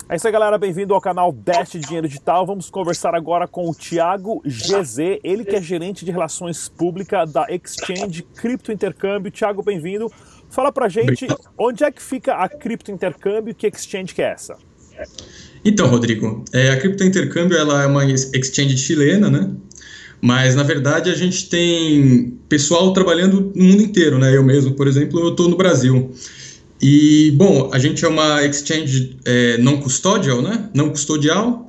É isso aí, galera, bem-vindo ao canal Dash Dinheiro Digital. Vamos conversar agora com o Thiago GZ, ele que é gerente de relações públicas da Exchange Cripto Intercâmbio. Thiago, bem-vindo. Fala pra gente, onde é que fica a Cripto Intercâmbio e que exchange que é essa? Então, Rodrigo, a Cripto Intercâmbio ela é uma exchange chilena, né? Mas, na verdade, a gente tem pessoal trabalhando no mundo inteiro, né? Eu mesmo, por exemplo, eu estou no Brasil. E, bom, a gente é uma exchange não custodial, né? Não custodial,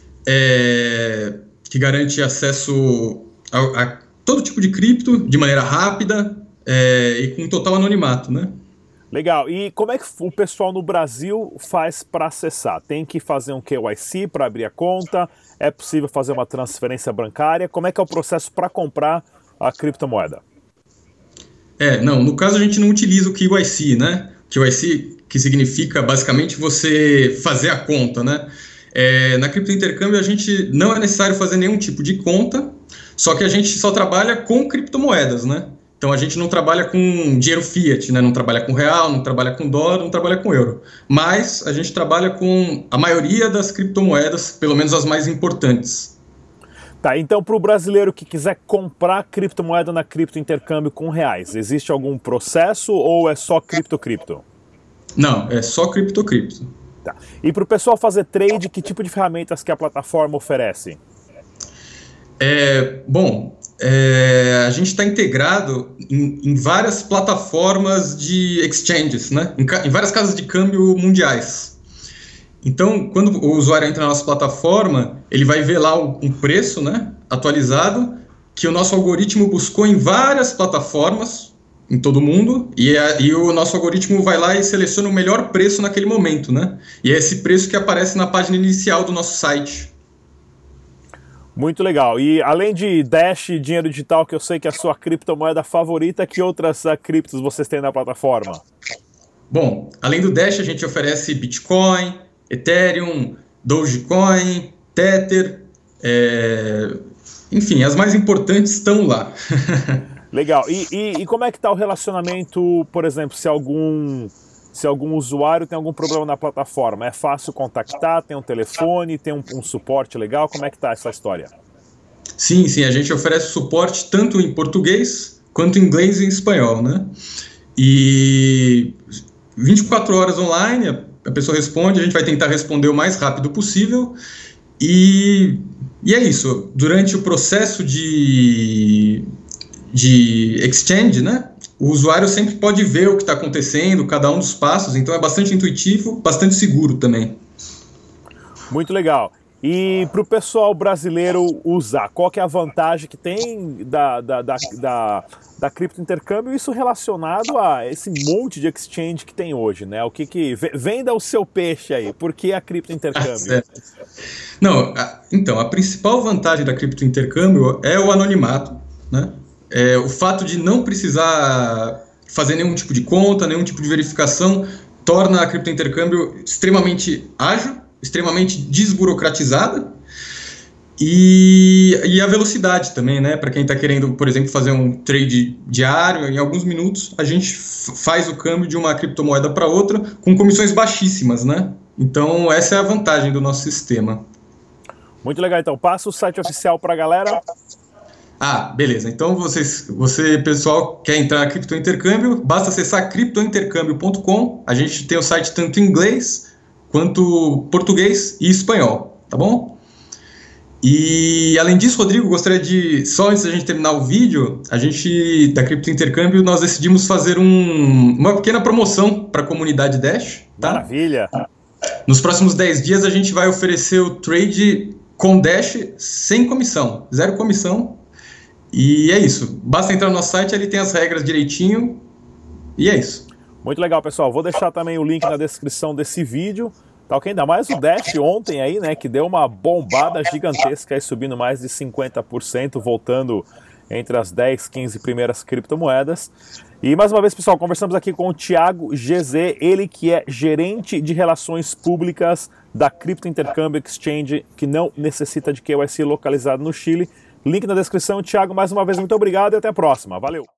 que garante acesso a todo tipo de cripto de maneira rápida e com total anonimato, né? Legal. E como é que o pessoal no Brasil faz para acessar? Tem que fazer um KYC para abrir a conta? É possível fazer uma transferência bancária? Como é que é o processo para comprar a criptomoeda? Não, no caso a gente não utiliza o KYC, né? KYC, que significa basicamente você fazer a conta, né? Na Cripto Intercâmbio a gente não é necessário fazer nenhum tipo de conta, só que a gente só trabalha com criptomoedas, né? Então a gente não trabalha com dinheiro fiat, né? Não trabalha com real, não trabalha com dólar, não trabalha com euro. Mas a gente trabalha com a maioria das criptomoedas, pelo menos as mais importantes. Tá, então para o brasileiro que quiser comprar criptomoeda na Cripto Intercâmbio com reais, existe algum processo ou é só cripto? Não, é só cripto. Tá. E para o pessoal fazer trade, que tipo de ferramentas que a plataforma oferece? A gente está integrado em várias plataformas de exchanges, né? Em várias casas de câmbio mundiais. Então, quando o usuário entra na nossa plataforma, ele vai ver lá um preço, né, atualizado, que o nosso algoritmo buscou em várias plataformas, em todo mundo, e o nosso algoritmo vai lá e seleciona o melhor preço naquele momento, né? E é esse preço que aparece na página inicial do nosso site. Muito legal. E além de Dash, dinheiro digital, que eu sei que é a sua criptomoeda favorita, que outras criptos vocês têm na plataforma? Bom, além do Dash, a gente oferece Bitcoin, Ethereum, Dogecoin, Tether, enfim, as mais importantes estão lá. Legal. E como é que está o relacionamento, por exemplo, se algum usuário tem algum problema na plataforma? É fácil contactar? Tem um telefone? Tem um suporte legal? Como é que está essa história? Sim, a gente oferece suporte tanto em português quanto em inglês e em espanhol, né? E 24 horas online, a pessoa responde, a gente vai tentar responder o mais rápido possível. E é isso. Durante o processo de exchange, né? O usuário sempre pode ver o que está acontecendo, cada um dos passos, então é bastante intuitivo, bastante seguro também. Muito legal. E para o pessoal brasileiro usar, qual que é a vantagem que tem da Cripto Intercâmbio, isso relacionado a esse monte de exchange que tem hoje, né? O que venda o seu peixe aí, por que a Cripto Intercâmbio? Não, então, a principal vantagem da Cripto Intercâmbio é o anonimato, né? O fato de não precisar fazer nenhum tipo de conta, nenhum tipo de verificação, torna a Cripto Intercâmbio extremamente ágil, extremamente desburocratizada e a velocidade também, né? Para quem está querendo, por exemplo, fazer um trade diário, em alguns minutos a gente faz o câmbio de uma criptomoeda para outra com comissões baixíssimas, né? Então essa é a vantagem do nosso sistema. Muito legal, então passa o site oficial para a galera. Beleza. Então, você, pessoal, quer entrar na Cripto Intercâmbio, basta acessar criptointercambio.com. A gente tem o site tanto em inglês quanto português e espanhol, tá bom? E, além disso, Rodrigo, gostaria de, só antes da gente terminar o vídeo, da Cripto Intercâmbio, nós decidimos fazer uma pequena promoção para a comunidade Dash, tá? Maravilha! Nos próximos 10 dias, a gente vai oferecer o trade com Dash sem comissão, 0 comissão. E é isso. Basta entrar no nosso site, ele tem as regras direitinho. E é isso. Muito legal, pessoal. Vou deixar também o link na descrição desse vídeo. Tá ok? Ainda mais o Dash ontem aí, né? Que deu uma bombada gigantesca aí, subindo mais de 50%, voltando entre as 10, 15 primeiras criptomoedas. E mais uma vez, pessoal, conversamos aqui com o Thiago GZ, ele que é gerente de relações públicas da Cripto Intercâmbio Exchange, que não necessita de KYC, localizado no Chile. Link na descrição. Thiago, mais uma vez, muito obrigado e até a próxima. Valeu!